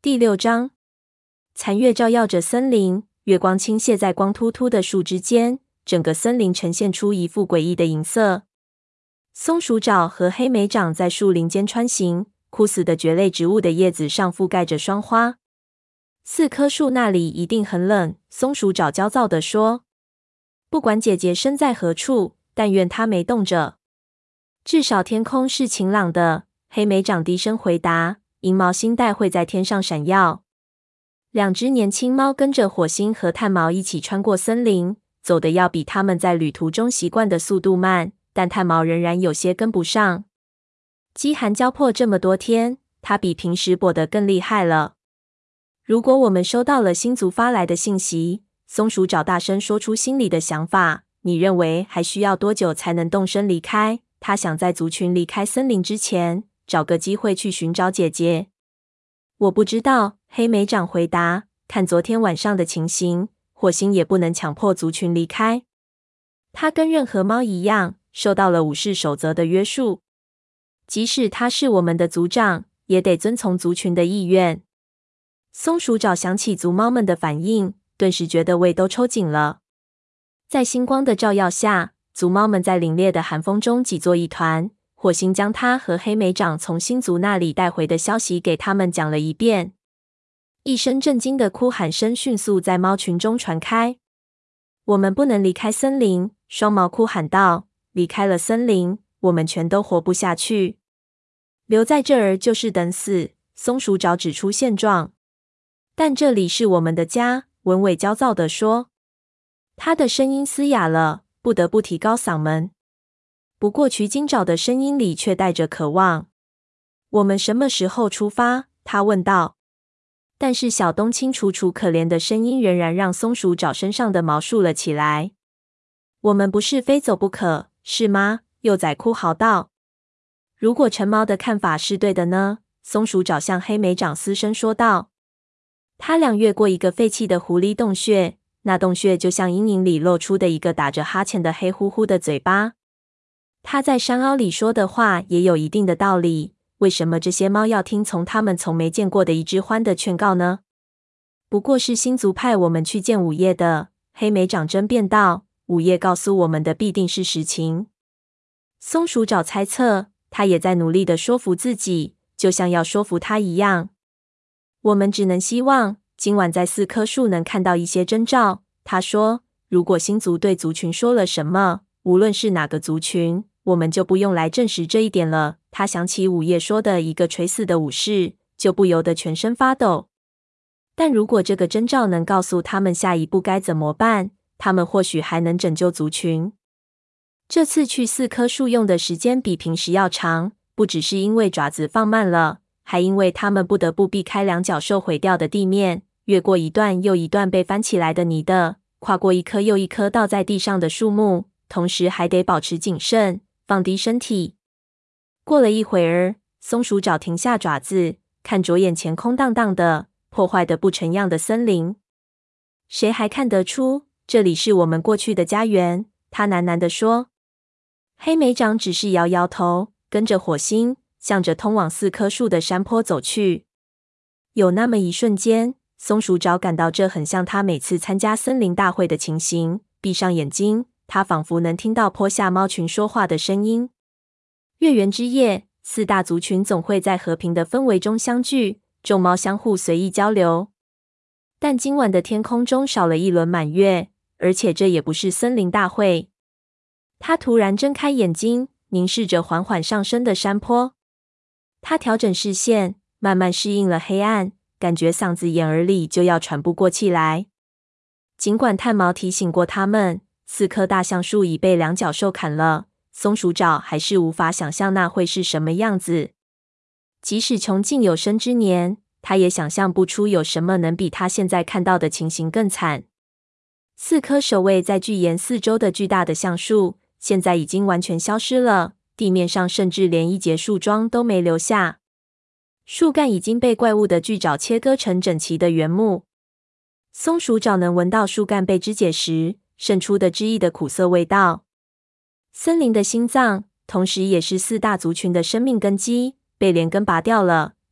第6章，残月照耀着森林，月光倾泻在光秃秃的树枝间，整个森林呈现出一副诡异的银色。松鼠爪和黑莓掌在树林间穿行，枯死的蕨类植物的叶子上覆盖着霜花。4棵树那里一定很冷，松鼠爪焦躁地说。不管姐姐身在何处，但愿她没冻着。至少天空是晴朗的，黑莓掌低声回答，银毛星带会在天上闪耀。2只年轻猫跟着火星和炭毛一起穿过森林，走得要比它们在旅途中习惯的速度慢，但炭毛仍然有些跟不上。饥寒交迫这么多天，它比平时跛得更厉害了。如果我们收到了星族发来的信息，松鼠爪大声说出心里的想法，你认为还需要多久才能动身离开？他想在族群离开森林之前，找个机会去寻找姐姐。我不知道，黑莓掌回答，看昨天晚上的情形，火星也不能强迫族群离开。他跟任何猫一样，受到了武士守则的约束。即使他是我们的族长，也得遵从族群的意愿。松鼠爪想起族猫们的反应，顿时觉得胃都抽紧了。在星光的照耀下，族猫们在凛冽的寒风中挤作一团。火星将他和黑莓掌从星族那里带回的消息给他们讲了一遍。一声震惊的哭喊声迅速在猫群中传开。我们不能离开森林，双毛哭喊道，离开了森林，我们全都活不下去。留在这儿就是等死，松鼠爪指出现状。但这里是我们的家，文尾焦躁地说。他的声音嘶哑了，不得不提高嗓门。不过取经爪的声音里却带着渴望。我们什么时候出发？他问道。但是小冬青楚楚可怜的声音仍然让松鼠爪身上的毛竖了起来。我们不是非走不可，是吗？幼崽哭嚎道。如果橙毛的看法是对的呢？松鼠爪向黑莓掌嘶声说道。他俩越过一个废弃的狐狸洞穴，那洞穴就像阴影里露出的一个打着哈欠的黑乎乎的嘴巴。他在山凹里说的话也有一定的道理，为什么这些猫要听从他们从没见过的一只獾的劝告呢？不过是星族派我们去见午夜的，黑莓掌争辩道，午夜告诉我们的必定是实情。松鼠爪猜测，他也在努力地说服自己，就像要说服他一样。我们只能希望今晚在4棵树能看到一些征兆，他说，如果星族对族群说了什么，无论是哪个族群，我们就不用来证实这一点了。他想起午夜说的一个垂死的武士，就不由得全身发抖。但如果这个征兆能告诉他们下一步该怎么办，他们或许还能拯救族群。这次去4棵树用的时间比平时要长，不只是因为爪子放慢了，还因为他们不得不避开两脚兽毁掉的地面，越过一段又一段被翻起来的泥的，跨过一棵又一棵倒在地上的树木，同时还得保持谨慎，放低身体。过了一会儿，松鼠爪停下爪子，看着眼前空荡荡的、破坏得不成样的森林。谁还看得出这里是我们过去的家园？他喃喃地说。黑莓掌只是摇摇头，跟着火星向着通往4棵树的山坡走去。有那么一瞬间，松鼠爪感到这很像他每次参加森林大会的情形。闭上眼睛，他仿佛能听到坡下猫群说话的声音。月圆之夜，4大族群总会在和平的氛围中相聚，众猫相互随意交流。但今晚的天空中少了一轮满月，而且这也不是森林大会。他突然睁开眼睛，凝视着缓缓上升的山坡。他调整视线，慢慢适应了黑暗，感觉嗓子眼耳里就要喘不过气来。尽管炭毛提醒过他们，4棵大橡树已被两脚兽砍了，松鼠爪还是无法想象那会是什么样子。即使穷尽有生之年，他也想象不出有什么能比他现在看到的情形更惨。4棵守卫在巨岩四周的巨大的橡树，现在已经完全消失了，地面上甚至连一截树桩都没留下。树干已经被怪物的巨爪切割成整齐的原木。松鼠爪能闻到树干被肢解时渗出的汁液的苦涩味道。森林的心脏，同时也是4大族群的生命根基，被连根拔掉了，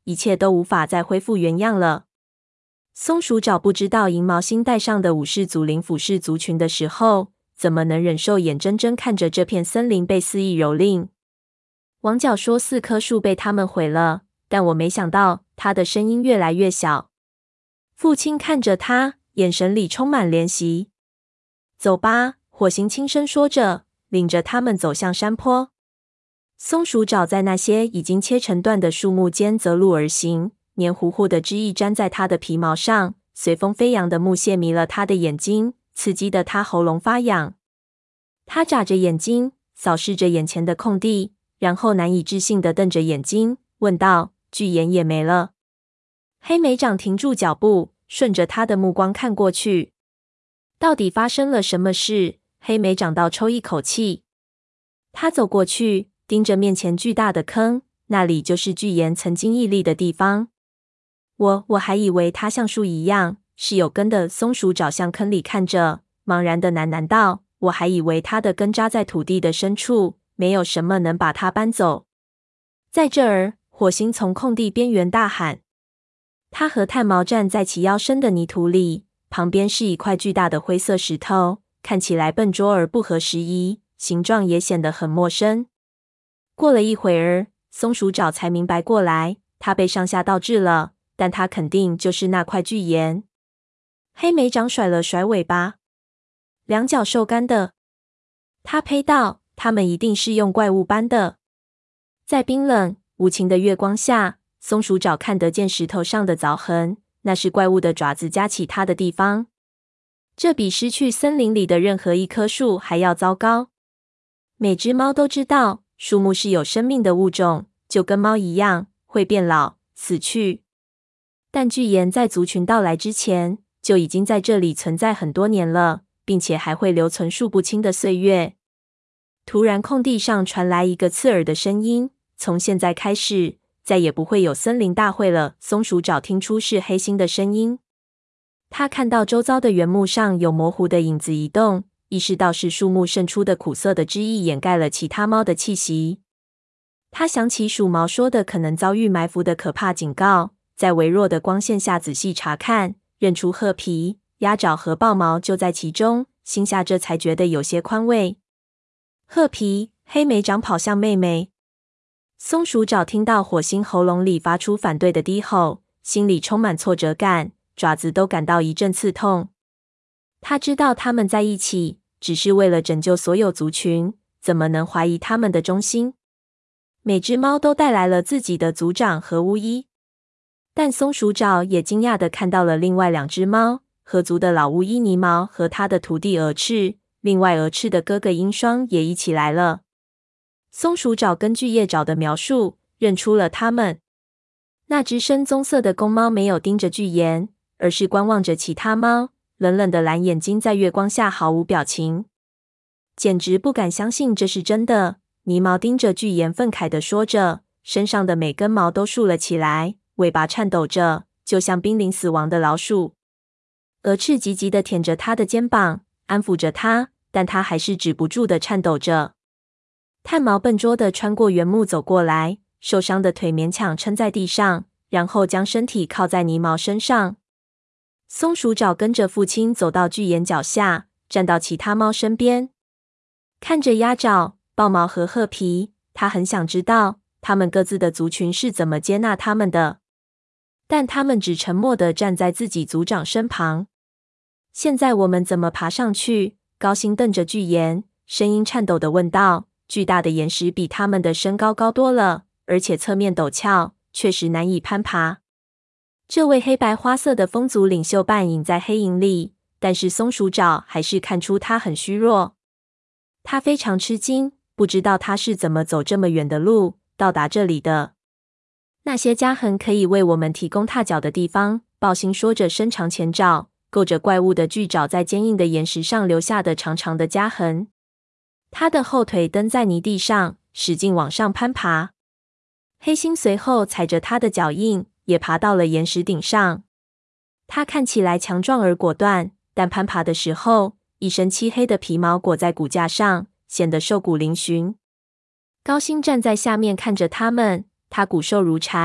一切都无法再恢复原样了。松鼠爪不知道银毛星带上的武士族灵俯视族群的时候，怎么能忍受眼睁睁看着这片森林被肆意蹂躏。王角说4棵树被他们毁了，但我没想到。他的声音越来越小。父亲看着他，眼神里充满怜惜。走吧，火星轻声说着，领着他们走向山坡。松鼠爪在那些已经切成段的树木间择路而行，黏糊糊的汁液粘在他的皮毛上，随风飞扬的木屑迷了他的眼睛，刺激得他喉咙发痒。他眨着眼睛，扫视着眼前的空地，然后难以置信地瞪着眼睛，问道：巨岩也没了。黑莓长停住脚步，顺着他的目光看过去。到底发生了什么事？黑莓长倒抽一口气。他走过去，盯着面前巨大的坑，那里就是巨岩曾经屹立的地方。我还以为它像树一样是有根的。松鼠爪向坑里看着，茫然的喃喃道：我还以为它的根扎在土地的深处，没有什么能把它搬走。在这儿，火星从空地边缘大喊。他和炭毛站在齐腰深的泥土里，旁边是一块巨大的灰色石头，看起来笨拙而不合时宜，形状也显得很陌生。过了一会儿，松鼠爪才明白过来，他被上下倒置了，但他肯定就是那块巨岩。黑莓长甩了甩尾巴，两脚瘦干的。他呸道：他们一定是用怪物搬的。在冰冷无情的月光下，松鼠爪看得见石头上的凿痕，那是怪物的爪子夹起它的地方。这比失去森林里的任何一棵树还要糟糕。每只猫都知道，树木是有生命的物种，就跟猫一样，会变老、死去。但巨岩在族群到来之前，就已经在这里存在很多年了，并且还会留存数不清的岁月。突然，空地上传来一个刺耳的声音：从现在开始，再也不会有森林大会了。松鼠爪听出是黑猩的声音，他看到周遭的原木上有模糊的影子移动，意识到是树木渗出的苦涩的汁液掩盖了其他猫的气息。他想起鼠毛说的可能遭遇埋伏的可怕警告，在微弱的光线下仔细查看，认出褐皮、鸭爪和豹毛就在其中，心下这才觉得有些宽慰。褐皮，黑莓长跑向妹妹。松鼠爪听到火星喉咙里发出反对的低吼，心里充满挫折感，爪子都感到一阵刺痛。他知道他们在一起，只是为了拯救所有族群，怎么能怀疑他们的忠心？每只猫都带来了自己的族长和巫医，但松鼠爪也惊讶地看到了另外2只猫，合族的老巫医泥毛和他的徒弟鹅翅，另外鹅翅的哥哥鹰双也一起来了。松鼠爪根据叶爪的描述，认出了他们。那只深棕色的公猫没有盯着巨岩，而是观望着其他猫，冷冷的蓝眼睛在月光下毫无表情。简直不敢相信这是真的，泥毛盯着巨岩愤慨地说着，身上的每根毛都竖了起来，尾巴颤抖着，就像濒临死亡的老鼠。鹅翅急急地舔着他的肩膀，安抚着他，但他还是止不住地颤抖着。炭毛笨拙地穿过原木走过来，受伤的腿勉强撑在地上，然后将身体靠在泥毛身上。松鼠爪跟着父亲走到巨岩脚下，站到其他猫身边，看着鸭爪、豹毛和褐皮，他很想知道他们各自的族群是怎么接纳他们的，但他们只沉默地站在自己族长身旁。现在我们怎么爬上去？高星瞪着巨岩，声音颤抖地问道。巨大的岩石比他们的身高高多了，而且侧面陡峭，确实难以攀爬。这位黑白花色的风族领袖半隐在黑影里，但是松鼠爪还是看出他很虚弱。他非常吃惊，不知道他是怎么走这么远的路到达这里的。那些夹痕可以为我们提供踏脚的地方，豹星说着，伸长前爪，够着怪物的巨爪在坚硬的岩石上留下的长长的夹痕。他的后腿蹬在泥地上，使劲往上攀爬。黑猩随后踩着他的脚印，也爬到了岩石顶上。他看起来强壮而果断，但攀爬的时候，一身漆黑的皮毛裹在骨架上，显得瘦骨嶙峋。高星站在下面看着他们，他骨瘦如柴，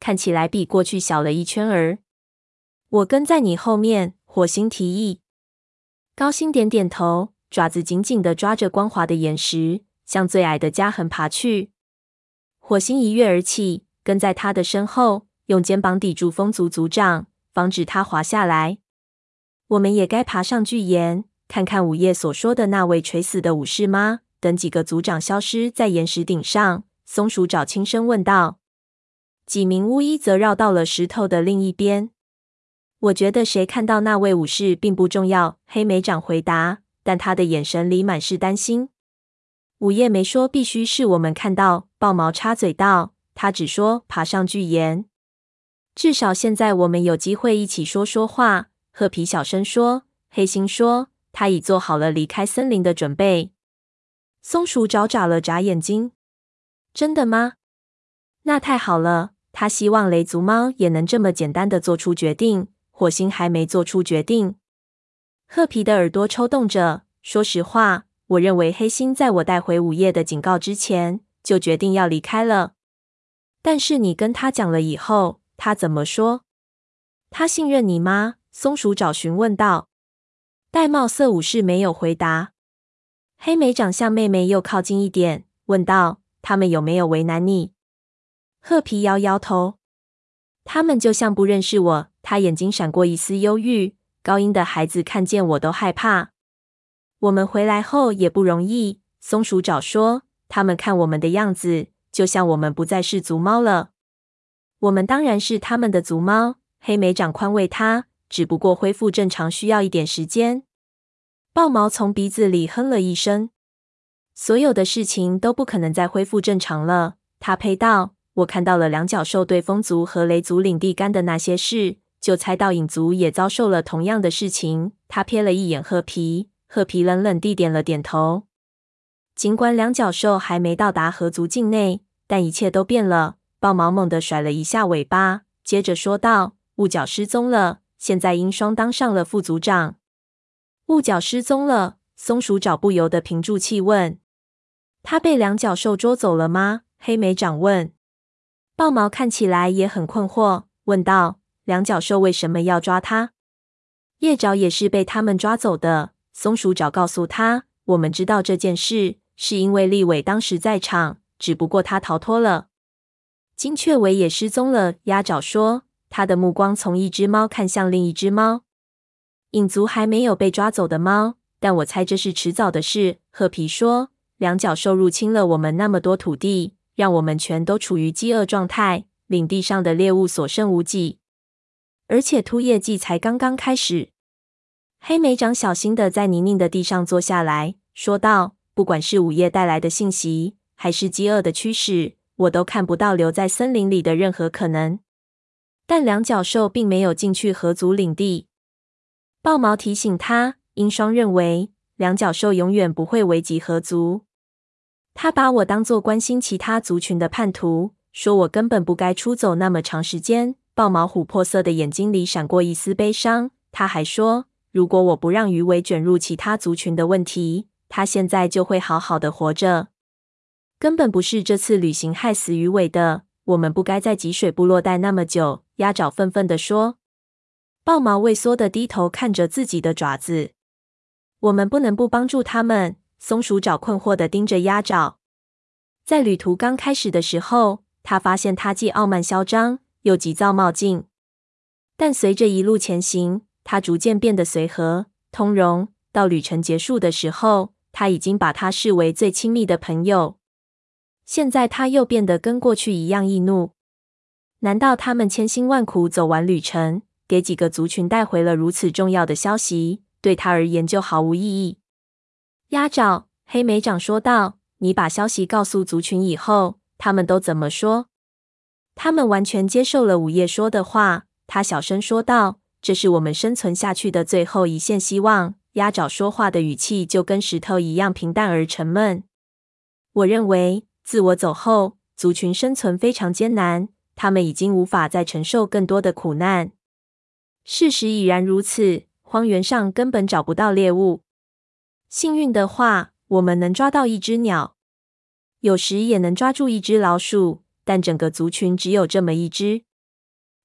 看起来比过去小了一圈儿。我跟在你后面，火星提议。高星点点头，爪子紧紧地抓着光滑的岩石，向最矮的夹痕爬去。火星一跃而起，跟在他的身后，用肩膀抵住风族族长，防止他滑下来。我们也该爬上巨岩，看看午夜所说的那位垂死的武士吗？等几个族长消失在岩石顶上，松鼠爪轻声问道。几名巫医则绕到了石头的另一边。我觉得谁看到那位武士并不重要，黑莓长回答，但他的眼神里满是担心。午夜没说必须是我们看到，豹毛插嘴道，他只说爬上巨岩。至少现在我们有机会一起说说话，褐皮小声说。黑猩说，他已做好了离开森林的准备。松鼠爪眨了眨眼睛。真的吗？那太好了，他希望雷族猫也能这么简单的做出决定。火星还没做出决定。褐皮的耳朵抽动着，说实话，我认为黑猩在我带回午夜的警告之前，就决定要离开了。但是你跟他讲了以后，他怎么说？他信任你吗？松鼠爪询问道。玳瑁色武士没有回答。黑莓长向妹妹又靠近一点，问道，他们有没有为难你？褐皮摇摇头。他们就像不认识我。他眼睛闪过一丝忧郁。高音的孩子看见我都害怕。我们回来后也不容易，松鼠爪说，他们看我们的样子，就像我们不再是族猫了。我们当然是他们的族猫，黑莓长宽慰他，只不过恢复正常需要一点时间。豹毛从鼻子里哼了一声。所有的事情都不可能再恢复正常了，他呸道。我看到了两角兽对风族和雷族领地干的那些事，就猜到影族也遭受了同样的事情。他瞥了一眼褐皮，褐皮冷冷地点了点头。尽管两角兽还没到达河族境内，但一切都变了。豹毛猛地甩了一下尾巴，接着说道，雾角失踪了，现在鹰双当上了副族长。雾角失踪了，松鼠爪不由得屏住气问。他被两角兽捉走了吗？黑莓长问。豹毛看起来也很困惑，问道，两角兽为什么要抓他？叶爪也是被他们抓走的，松鼠爪告诉他，我们知道这件事，是因为立伟当时在场，只不过他逃脱了。金雀尾也失踪了，鸭爪说，他的目光从一只猫看向另一只猫。影族还没有被抓走的猫，但我猜这是迟早的事，褐皮说，两角兽入侵了我们那么多土地，让我们全都处于饥饿状态，领地上的猎物所剩无几。而且秃叶季才刚刚开始。黑莓长小心地在泥泞的地上坐下来，说道，不管是午夜带来的信息，还是饥饿的驱使，我都看不到留在森林里的任何可能。但两角兽并没有进去河族领地。豹毛提醒他，鹰双认为两角兽永远不会危及河族。他把我当作关心其他族群的叛徒，说我根本不该出走那么长时间。豹毛琥珀色的眼睛里闪过一丝悲伤。他还说，如果我不让鱼尾卷入其他族群的问题，他现在就会好好的活着。根本不是这次旅行害死鱼尾的，我们不该在积水部落待那么久。鸭爪愤愤地说。豹毛畏缩地低头看着自己的爪子。我们不能不帮助他们。松鼠爪困惑地盯着鸭爪。在旅途刚开始的时候，他发现他既傲慢嚣张，又急躁冒进。但随着一路前行，他逐渐变得随和、通融。到旅程结束的时候，他已经把他视为最亲密的朋友。现在他又变得跟过去一样易怒。难道他们千辛万苦走完旅程，给几个族群带回了如此重要的消息，对他而言就毫无意义？鸭爪，黑莓长说道，你把消息告诉族群以后，他们都怎么说？他们完全接受了午夜说的话。他小声说道，这是我们生存下去的最后一线希望。鸭爪说话的语气就跟石头一样平淡而沉闷。我认为，自我走后，族群生存非常艰难，他们已经无法再承受更多的苦难。事实已然如此，荒原上根本找不到猎物。幸运的话，我们能抓到一只鸟，有时也能抓住一只老鼠，但整个族群只有这么一只。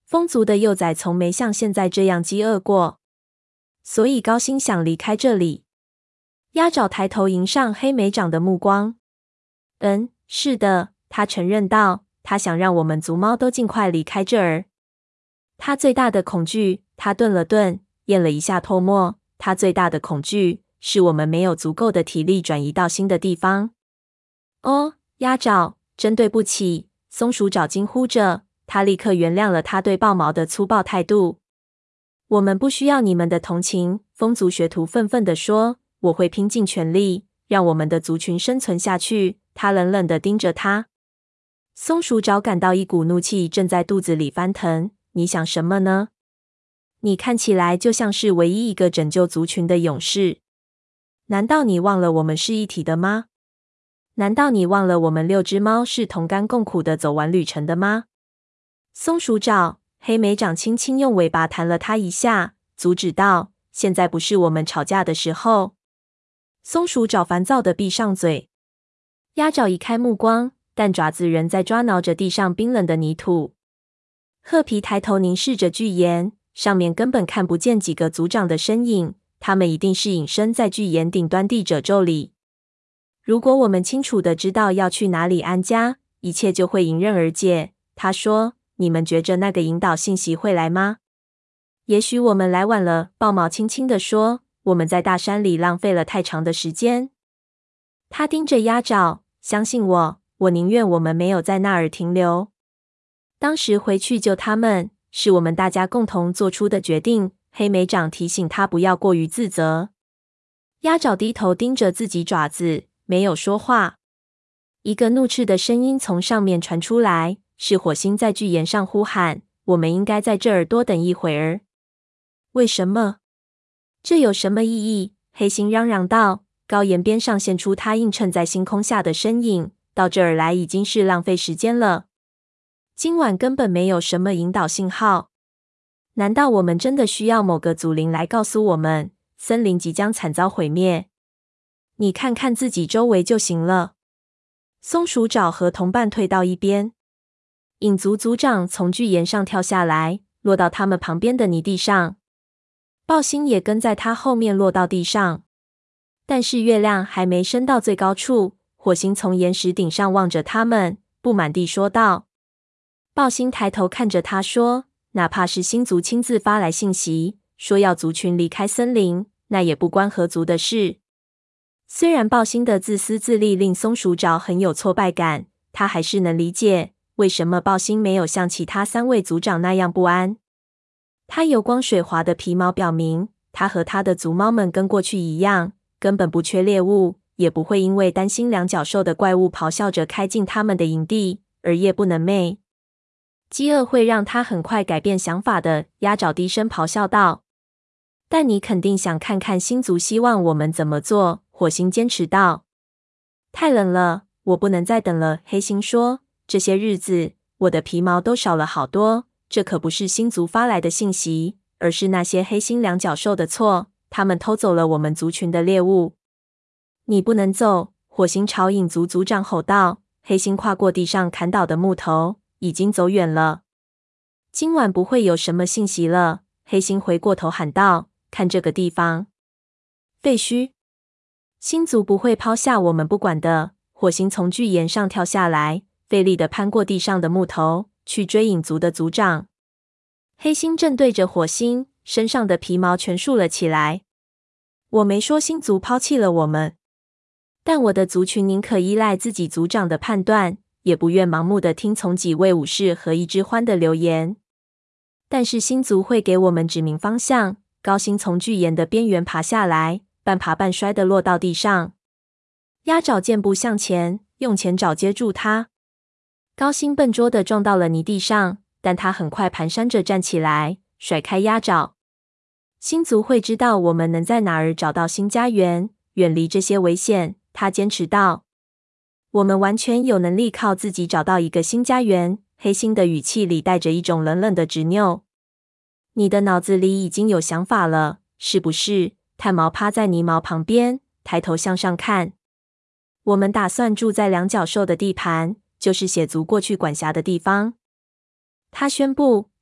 风族的幼崽从没像现在这样饥饿过，所以高星想离开这里。鸭爪抬头迎上黑莓长的目光。是的，他承认道，他想让我们族猫都尽快离开这儿。他最大的恐惧，他顿了顿，咽了一下唾沫。他最大的恐惧是我们没有足够的体力转移到新的地方。哦，鸭爪，真对不起！松鼠爪惊呼着，他立刻原谅了他对豹毛的粗暴态度。我们不需要你们的同情，风族学徒愤愤地说。我会拼尽全力，让我们的族群生存下去。他冷冷地盯着他。松鼠爪感到一股怒气正在肚子里翻腾。你想什么呢？你看起来就像是唯一一个拯救族群的勇士。难道你忘了我们是一体的吗？难道你忘了我们6只猫是同甘共苦的走完旅程的吗？松鼠爪，黑莓长轻轻用尾巴弹了它一下，阻止道：现在不是我们吵架的时候。松鼠爪烦躁地闭上嘴。鸭爪移开目光，但爪子仍在抓挠着地上冰冷的泥土。褐皮抬头凝视着巨岩，上面根本看不见几个族长的身影，他们一定是隐身在巨岩顶端地褶皱里。如果我们清楚地知道要去哪里安家，一切就会迎刃而解。他说，你们觉着那个引导信息会来吗？也许我们来晚了，豹毛轻轻地说，我们在大山里浪费了太长的时间。他盯着鸭爪，相信我，我宁愿我们没有在那儿停留。当时回去救他们，是我们大家共同做出的决定。黑莓长提醒他不要过于自责。鸭爪低头盯着自己爪子，没有说话。一个怒斥的声音从上面传出来，是火星在巨岩上呼喊，我们应该在这儿多等一会儿。为什么？这有什么意义？黑星嚷嚷道。高岩边上现出他映衬在星空下的身影，到这儿来已经是浪费时间了。今晚根本没有什么引导信号。难道我们真的需要某个祖灵来告诉我们，森林即将惨遭毁灭？你看看自己周围就行了。松鼠爪和同伴退到一边。影族族长从巨岩上跳下来，落到他们旁边的泥地上。豹星也跟在他后面落到地上。但是月亮还没升到最高处，火星从岩石顶上望着他们，不满地说道。豹星抬头看着他说，哪怕是星族亲自发来信息，说要族群离开森林，那也不关合族的事。虽然豹星的自私自利令松鼠爪很有挫败感，他还是能理解为什么豹星没有像其他3位族长那样不安。他油光水滑的皮毛表明，他和他的族猫们跟过去一样，根本不缺猎物，也不会因为担心两脚兽的怪物咆哮着开进他们的营地而夜不能寐。饥饿会让他很快改变想法的，鸭爪低声咆哮道。但你肯定想看看星族希望我们怎么做，火星坚持道。太冷了，我不能再等了，黑星说。这些日子，我的皮毛都少了好多，这可不是星族发来的信息，而是那些黑星两脚兽的错，他们偷走了我们族群的猎物。你不能走，火星朝影族族长吼道。黑星跨过地上砍倒的木头，已经走远了。今晚不会有什么信息了，黑星回过头喊道，看这个地方。废墟。星族不会抛下我们不管的。火星从巨岩上跳下来，费力地攀过地上的木头，去追影族的族长。黑星正对着火星，身上的皮毛全竖了起来。我没说星族抛弃了我们，但我的族群宁可依赖自己族长的判断，也不愿盲目地听从几位武士和一只獾的流言。但是星族会给我们指明方向。高星从巨岩的边缘爬下来，半爬半摔地落到地上。鸭爪健步向前，用前爪接住他。高星笨拙地撞到了泥地上，但他很快蹒跚着站起来，甩开鸭爪。星族会知道我们能在哪儿找到新家园，远离这些危险，他坚持道。我们完全有能力靠自己找到一个新家园，黑星的语气里带着一种冷冷的执拗。你的脑子里已经有想法了，是不是？炭毛趴在泥毛旁边，抬头向上看。我们打算住在两脚兽的地盘，就是血族过去管辖的地方。他宣布，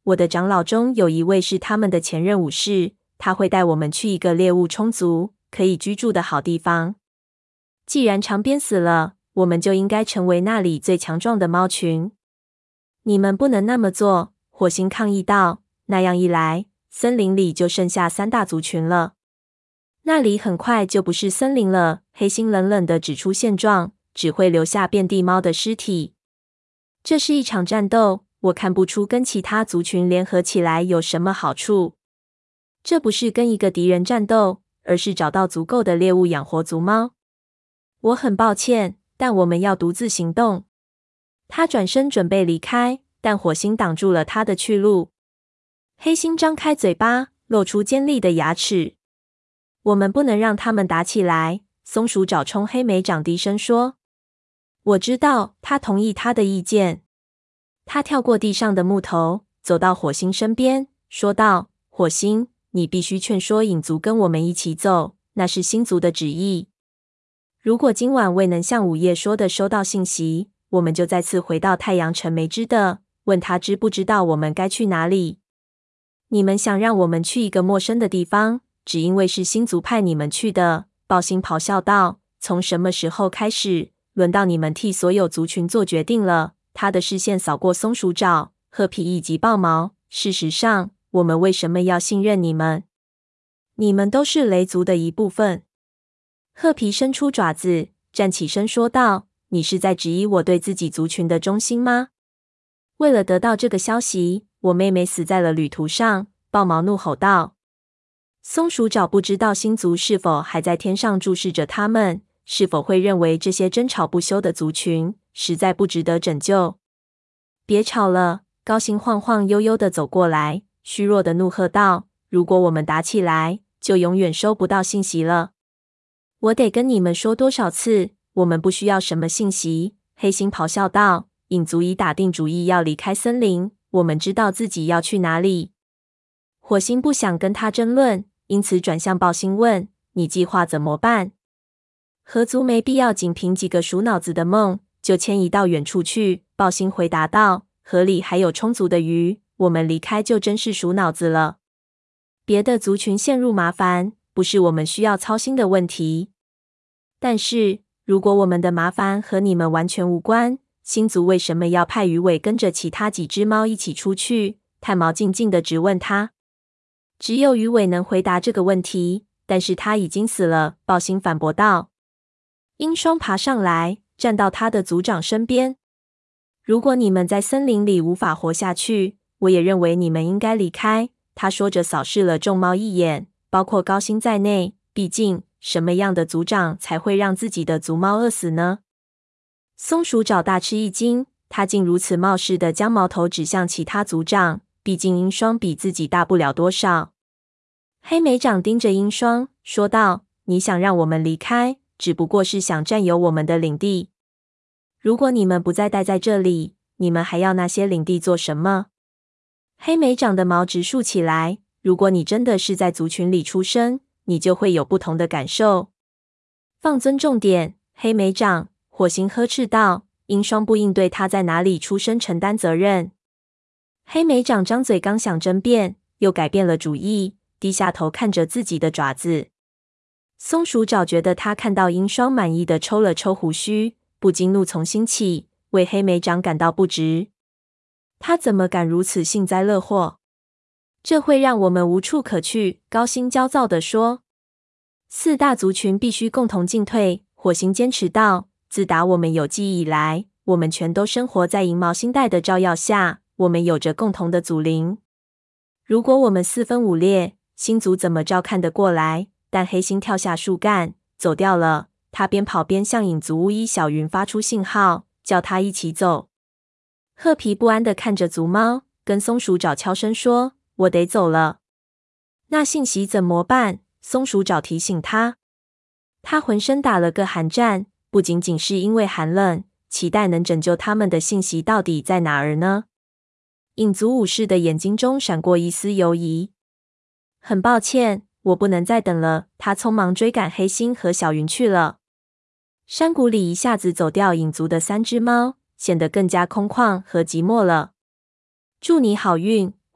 我的长老中有一位是他们的前任武士，他会带我们去一个猎物充足、可以居住的好地方。既然长鞭死了，我们就应该成为那里最强壮的猫群。你们不能那么做，火星抗议道。那样一来，森林里就剩下3大族群了。那里很快就不是森林了，黑猩冷冷地指出现状，只会留下遍地猫的尸体。这是一场战斗，我看不出跟其他族群联合起来有什么好处。这不是跟一个敌人战斗，而是找到足够的猎物养活族猫。我很抱歉，但我们要独自行动。他转身准备离开，但火星挡住了他的去路。黑猩张开嘴巴，露出尖利的牙齿。我们不能让他们打起来，松鼠爪冲黑莓长低声说。我知道，他同意他的意见。他跳过地上的木头，走到火星身边，说道：火星，你必须劝说影族跟我们一起走，那是星族的旨意。如果今晚未能像午夜说的收到信息，我们就再次回到太阳城梅枝的，问他知不知道我们该去哪里。你们想让我们去一个陌生的地方，只因为是星族派你们去的，豹星咆哮道。从什么时候开始，轮到你们替所有族群做决定了？他的视线扫过松鼠爪、褐皮以及豹毛。事实上，我们为什么要信任你们？你们都是雷族的一部分。褐皮伸出爪子，站起身说道：你是在质疑我对自己族群的忠心吗？为了得到这个消息，我妹妹死在了旅途上，豹毛怒吼道。松鼠爪不知道星族是否还在天上注视着他们，是否会认为这些争吵不休的族群实在不值得拯救。别吵了，高星晃晃悠悠地走过来，虚弱地怒喝道：如果我们打起来，就永远收不到信息了。我得跟你们说多少次，我们不需要什么信息。黑猩咆哮道。影族已打定主意要离开森林，我们知道自己要去哪里。火星不想跟他争论，因此转向豹星问：你计划怎么办？河族没必要仅凭几个鼠脑子的梦就迁移到远处去，豹星回答道。河里还有充足的鱼，我们离开就真是鼠脑子了。别的族群陷入麻烦，不是我们需要操心的问题。但是，如果我们的麻烦和你们完全无关，星族为什么要派鱼尾跟着其他几只猫一起出去？炭毛静静地质问他。只有鱼尾能回答这个问题，但是他已经死了。豹星反驳道。鹰双爬上来，站到他的族长身边。如果你们在森林里无法活下去，我也认为你们应该离开。他说着扫视了众猫一眼，包括高星在内。毕竟，什么样的族长才会让自己的族猫饿死呢？松鼠爪大吃一惊，他竟如此冒失地将矛头指向其他族长，毕竟鹰双比自己大不了多少。黑莓长盯着鹰双，说道：你想让我们离开，只不过是想占有我们的领地。如果你们不再待在这里，你们还要那些领地做什么？黑莓长的毛直竖起来。如果你真的是在族群里出生，你就会有不同的感受。放尊重点，黑莓长。火星呵斥道：鹰双不应对他在哪里出生承担责任。黑莓长张嘴刚想争辩，又改变了主意，低下头看着自己的爪子。松鼠爪觉得他看到鹰双满意的抽了抽胡须，不禁怒从心起，为黑莓长感到不值。他怎么敢如此幸灾乐祸？这会让我们无处可去，高星焦躁地说。4大族群必须共同进退，火星坚持道。自打我们有记忆以来，我们全都生活在银毛星带的照耀下，我们有着共同的祖灵。如果我们四分五裂，星族怎么照看得过来？但黑猩跳下树干，走掉了。他边跑边向影族巫医小云发出信号，叫他一起走。褐皮不安地看着族猫，跟松鼠爪悄声说：我得走了。那信息怎么办？松鼠爪提醒他。他浑身打了个寒战。不仅仅是因为寒冷，期待能拯救他们的信息到底在哪儿呢？影族武士的眼睛中闪过一丝犹疑。很抱歉，我不能再等了。他匆忙追赶黑猩和小云去了。山谷里一下子走掉影族的3只猫，显得更加空旷和寂寞了。祝你好运，火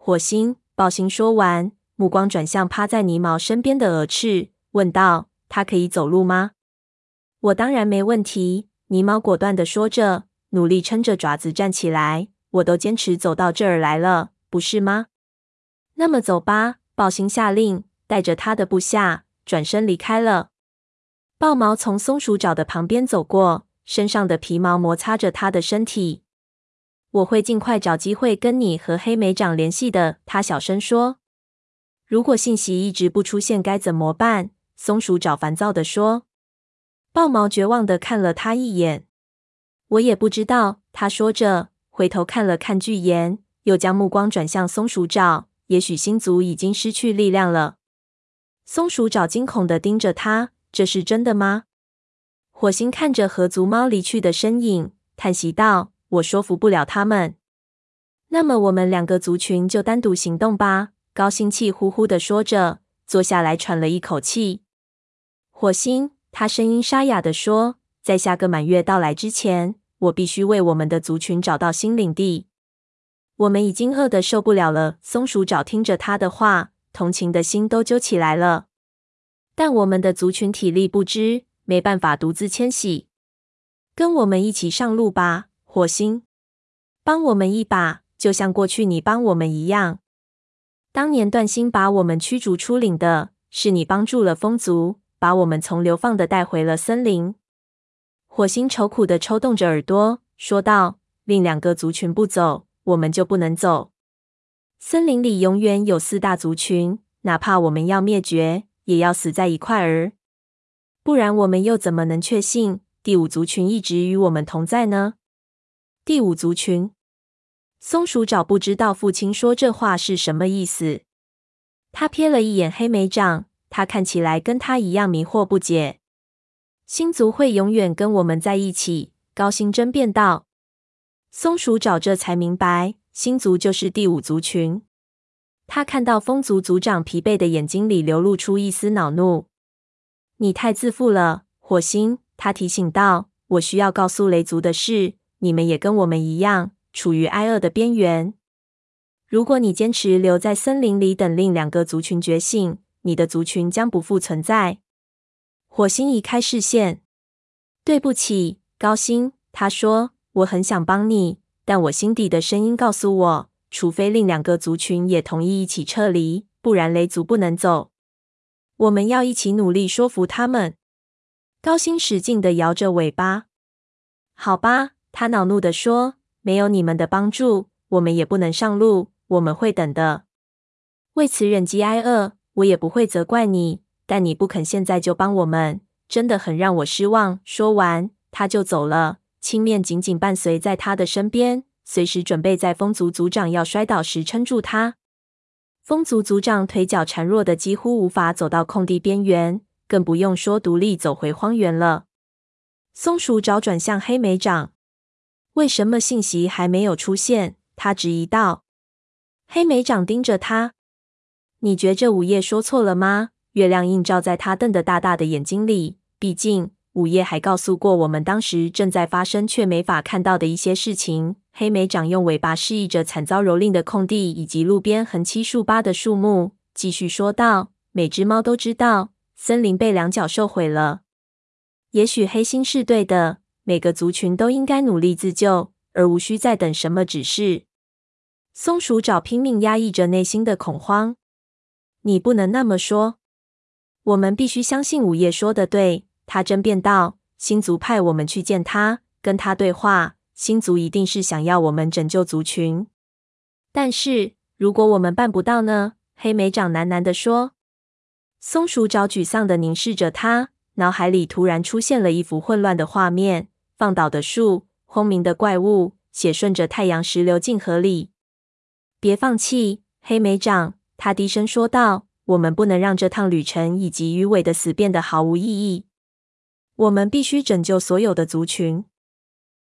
火星，豹星说完，目光转向趴在泥毛身边的鹅翅，问道：“它可以走路吗？”我当然没问题，泥毛果断地说着，努力撑着爪子站起来。我都坚持走到这儿来了，不是吗？那么走吧，豹星下令，带着他的部下转身离开了。豹毛从松鼠爪的旁边走过，身上的皮毛摩擦着他的身体。我会尽快找机会跟你和黑莓长联系的，他小声说。如果信息一直不出现该怎么办？松鼠爪烦躁地说。豹毛绝望地看了他一眼。我也不知道，他说着，回头看了看巨岩，又将目光转向松鼠爪。也许星族已经失去力量了。松鼠爪惊恐地盯着他，这是真的吗？火星看着河族猫离去的身影，叹息道：“我说服不了他们。”那么我们两个族群就单独行动吧。高星气呼呼地说着，坐下来喘了一口气。火星，他声音沙哑地说：“在下个满月到来之前，我必须为我们的族群找到新领地。我们已经饿得受不了了。”松鼠爪听着他的话，同情的心都揪起来了。但我们的族群体力不支，没办法独自迁徙。跟我们一起上路吧，火星。帮我们一把，就像过去你帮我们一样。当年段星把我们驱逐出岭的，是你帮助了风族，把我们从流放的带回了森林。火星愁苦地抽动着耳朵，说道：“另两个族群不走，我们就不能走。森林里永远有4大族群，哪怕我们要灭绝，也要死在一块儿。不然我们又怎么能确信第5族群一直与我们同在呢？”第5族群，松鼠爪不知道父亲说这话是什么意思。他瞥了一眼黑莓长，他看起来跟他一样迷惑不解。星族会永远跟我们在一起，高星争辩道。松鼠爪这才明白，星族就是第5族群。他看到风族族长疲惫的眼睛里流露出一丝恼怒。你太自负了，火星，他提醒道。我需要告诉雷族的是，你们也跟我们一样，处于挨饿的边缘。如果你坚持留在森林里等另2个族群觉醒，你的族群将不复存在。火星移开视线。对不起，高星，他说，我很想帮你，但我心底的声音告诉我，除非另2个族群也同意一起撤离，不然雷族不能走。我们要一起努力说服他们。高星使劲地摇着尾巴。好吧，他恼怒地说，没有你们的帮助，我们也不能上路，我们会等的。为此忍饥挨饿，我也不会责怪你，但你不肯现在就帮我们，真的很让我失望。说完，他就走了，青面紧紧伴随在他的身边，随时准备在风族族长要摔倒时撑住他。风族族长腿脚孱弱的几乎无法走到空地边缘，更不用说独立走回荒原了。松鼠爪转向黑莓长，为什么信息还没有出现？他质疑道。黑莓长盯着他，你觉着午夜说错了吗？月亮映照在他瞪得大大的眼睛里，毕竟午夜还告诉过我们当时正在发生却没法看到的一些事情。黑莓长用尾巴示意着惨遭蹂躏的空地以及路边横七竖八的树木，继续说道：“每只猫都知道，森林被2角兽毁了。也许黑心是对的，每个族群都应该努力自救，而无需再等什么指示。”松鼠爪拼命压抑着内心的恐慌。你不能那么说。我们必须相信午夜说的对，他争辩道。星族派我们去见他，跟他对话。星族一定是想要我们拯救族群。但是，如果我们办不到呢？黑莓长喃喃地说。松鼠爪沮丧地凝视着他，脑海里突然出现了一幅混乱的画面：放倒的树，轰鸣的怪物，血顺着太阳石流进河里。别放弃，黑莓长，他低声说道。我们不能让这趟旅程以及鱼尾的死变得毫无意义。我们必须拯救所有的族群。